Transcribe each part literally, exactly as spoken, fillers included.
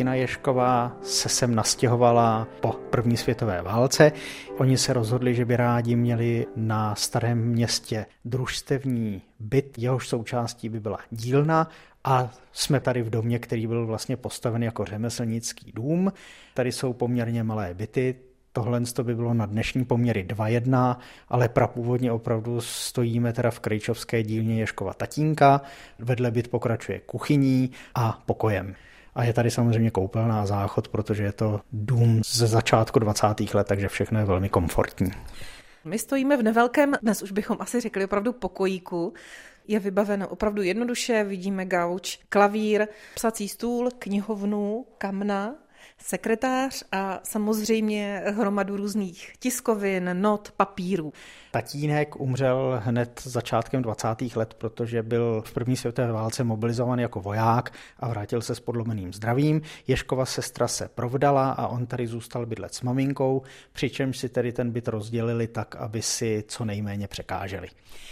rodina Ježkova se sem nastěhovala po první světové válce. Oni se rozhodli, že by rádi měli na Starém Městě družstevní byt, jehož součástí by byla dílna, a jsme tady v domě, který byl vlastně postaven jako řemeslnický dům. Tady jsou poměrně malé byty. Tohle by bylo na dnešní poměry dva jedna, ale prapůvodně opravdu stojíme teda v krejčovské dílně Ježkova tatínka. Vedle byt pokračuje kuchyní a pokojem. A je tady samozřejmě koupelna a záchod, protože je to dům ze začátku dvacátých let, takže všechno je velmi komfortní. My stojíme v nevelkém, dnes už bychom asi řekli opravdu pokojíku. Je vybaveno opravdu jednoduše, vidíme gauč, klavír, psací stůl, knihovnu, kamna, sekretář a samozřejmě hromadu různých tiskovin, not, papírů. Tatínek umřel hned začátkem dvacátých let, protože byl v první světové válce mobilizovan jako voják a vrátil se s podlomeným zdravím. Ježkova sestra se provdala a on tady zůstal bydlet s maminkou, přičemž si tedy ten byt rozdělili tak, aby si co nejméně překáželi.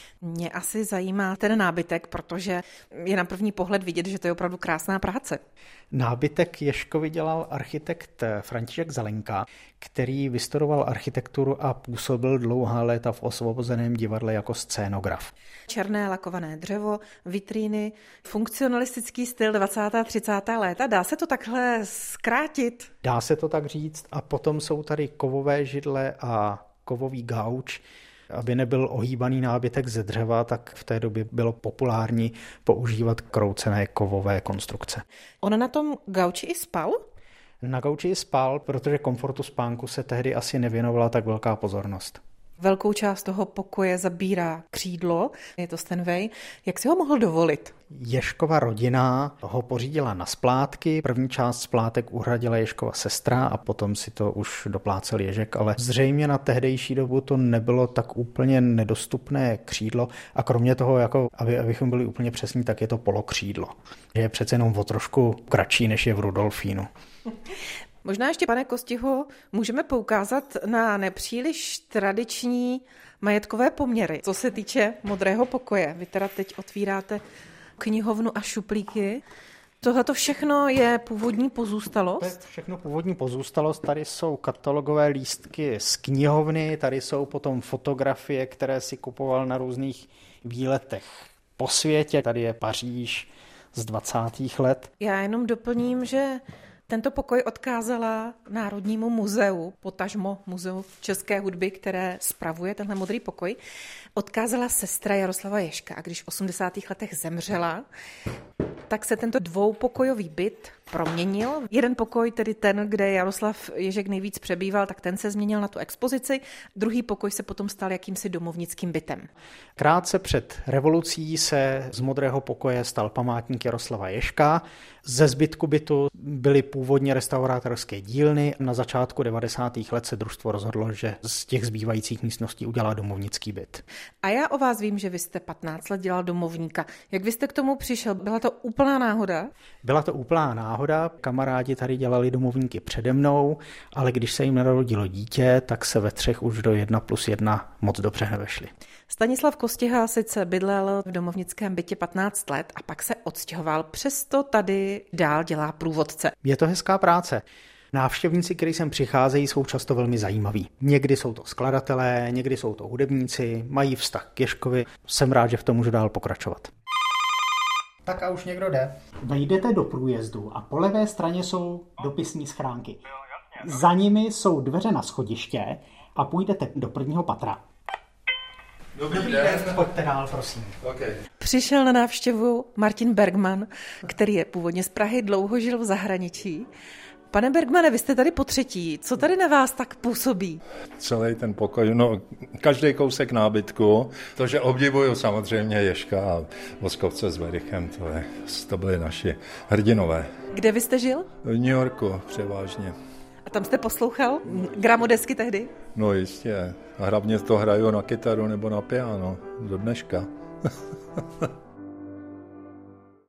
Mě asi zajímá ten nábytek, protože je na první pohled vidět, že to je opravdu krásná práce. Nábytek Ježkovi dělal architekt František Zelenka, který vystudoval architekturu a působil dlouhá léta v Osvobozeném divadle jako scénograf. Černé lakované dřevo, vitríny, funkcionalistický styl dvacátá třicátá léta. Dá se to takhle zkrátit? Dá se to tak říct a potom jsou tady kovové židle a kovový gauč. Aby nebyl ohýbaný nábytek ze dřeva, tak v té době bylo populární používat kroucené kovové konstrukce. On na tom gauči i spal? Na gauči i spal, protože komfortu spánku se tehdy asi nevěnovala tak velká pozornost. Velkou část toho pokoje zabírá křídlo, je to Stanway. Jak si ho mohl dovolit? Ježkova rodina ho pořídila na splátky. První část splátek uhradila Ježkova sestra a potom si to už doplácel Ježek, ale zřejmě na tehdejší dobu to nebylo tak úplně nedostupné křídlo a kromě toho, jako aby, abychom byli úplně přesní, tak je to polokřídlo. Je přece jenom o trošku kratší, než je v Rudolfínu. Možná ještě, pane Kostiho, můžeme poukázat na nepříliš tradiční majetkové poměry, co se týče modrého pokoje. Vy teda teď otvíráte knihovnu a šuplíky. Tohle všechno je původní pozůstalost? To je všechno původní pozůstalost. Tady jsou katalogové lístky z knihovny, tady jsou potom fotografie, které si kupoval na různých výletech po světě. Tady je Paříž z dvacátých let. Já jenom doplním, že tento pokoj odkázala Národnímu muzeu, potažmo Muzeu české hudby, které spravuje tenhle modrý pokoj, odkázala sestra Jaroslava Ježka. A když v osmdesátých letech zemřela, tak se tento dvoupokojový byt proměnil. Jeden pokoj, tedy ten, kde Jaroslav Ježek nejvíc přebýval, tak ten se změnil na tu expozici. Druhý pokoj se potom stal jakýmsi domovnickým bytem. Krátce před revolucí se z modrého pokoje stal památník Jaroslava Ježka. Ze zbytku bytu byly původně restaurátorské dílny. Na začátku devadesátých let se družstvo rozhodlo, že z těch zbývajících místností udělá domovnický byt. A já o vás vím, že vy jste patnáct let dělal domovníka. Jak vy jste k tomu přišel? Byla to úplná náhoda? Byla to úplná náhoda. Kamarádi tady dělali domovníky přede mnou, ale když se jim narodilo dítě, tak se ve třech už do jedna plus jedna moc dobře nevešli. Stanislav Kostiha sice bydlel v domovnickém bytě patnáct let a pak se odstěhoval, přesto tady dál dělá průvodce. Je to hezká práce. Návštěvníci, kteří sem přicházejí, jsou často velmi zajímaví. Někdy jsou to skladatelé, někdy jsou to hudebníci, mají vztah k Ježkovi. Jsem rád, že v tom můžu dál pokračovat. Tak a už někdo jde. Vejdete do průjezdu a po levé straně jsou dopisní schránky. Za nimi jsou dveře na schodiště a půjdete do prvního patra. Dobrý, Dobrý den. den. Pojďte dál, prosím. Okay. Přišel na návštěvu Martin Bergman, který je původně z Prahy, dlouho žil v zahraničí. Pane Bergmane, vy jste tady po třetí. Co tady na vás tak působí? Celý ten pokoj, no každý kousek nábytku. To, že obdivuju samozřejmě Ježka a Voskovce s Werichem, to, je, to byly naši hrdinové. Kde vy jste žil? V New Yorku převážně. A tam jste poslouchal gramodesky tehdy? No jistě. A hlavně to hraju na kytaru nebo na piano do dneška.